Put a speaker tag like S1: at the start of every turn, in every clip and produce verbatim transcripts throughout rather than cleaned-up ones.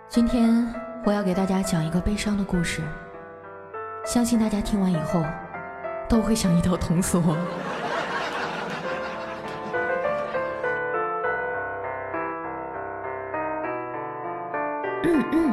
S1: 今天我要给大家讲一个悲伤的故事，相信大家听完以后都会想一头捅死我。嗯嗯。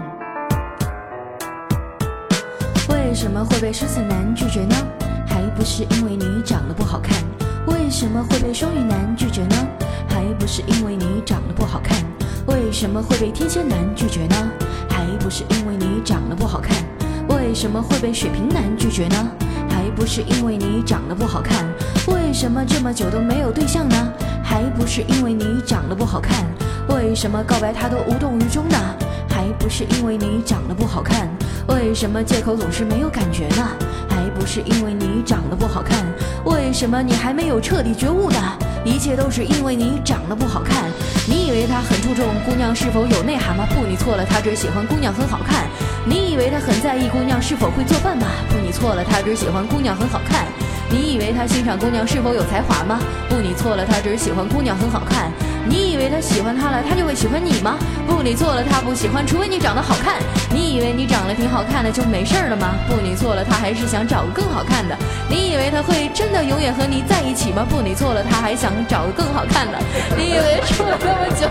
S1: 为什么会被诗词男拒绝呢？还不是因为你长得不好看。为什么会被双鱼男拒绝呢？还不是因为你长得不好看。为什么会被天蝎男拒绝呢？还不是因为你长得不好看。为什么会被水瓶男拒绝呢？还不是因为你长得不好看。为什么这么久都没有对象呢？还不是因为你长得不好看。为什么告白他都无动于衷呢？还不是因为你长得不好看。为什么借口总是没有感觉呢？还不是因为你长得不好看。为什么你还没有彻底觉悟呢？一切都是因为你长得不好看。你以为他很注重姑娘是否有内涵吗？不，你错了，他只喜欢姑娘很好看。你以为他很在意姑娘是否会做饭吗？不，你错了，他只喜欢姑娘很好看。你以为他欣赏姑娘是否有才华吗？不，你错了，他只喜欢姑娘很好看。你以为他喜欢他了，他就会喜欢你吗？不，你错了，他不喜欢，除非你长得好看。你以为你长得挺好看的就没事了吗？不，你错了，他还是想找个更好看的。你以为他会真的永远和你在一起吗？不，你错了，他还想找个更好看的。你以为说了这么久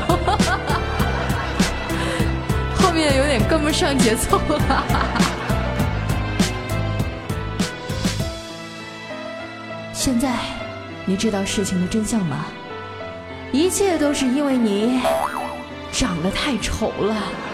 S1: 后面有点跟不上节奏了现在你知道事情的真相吗？一切都是因为你长得太丑了。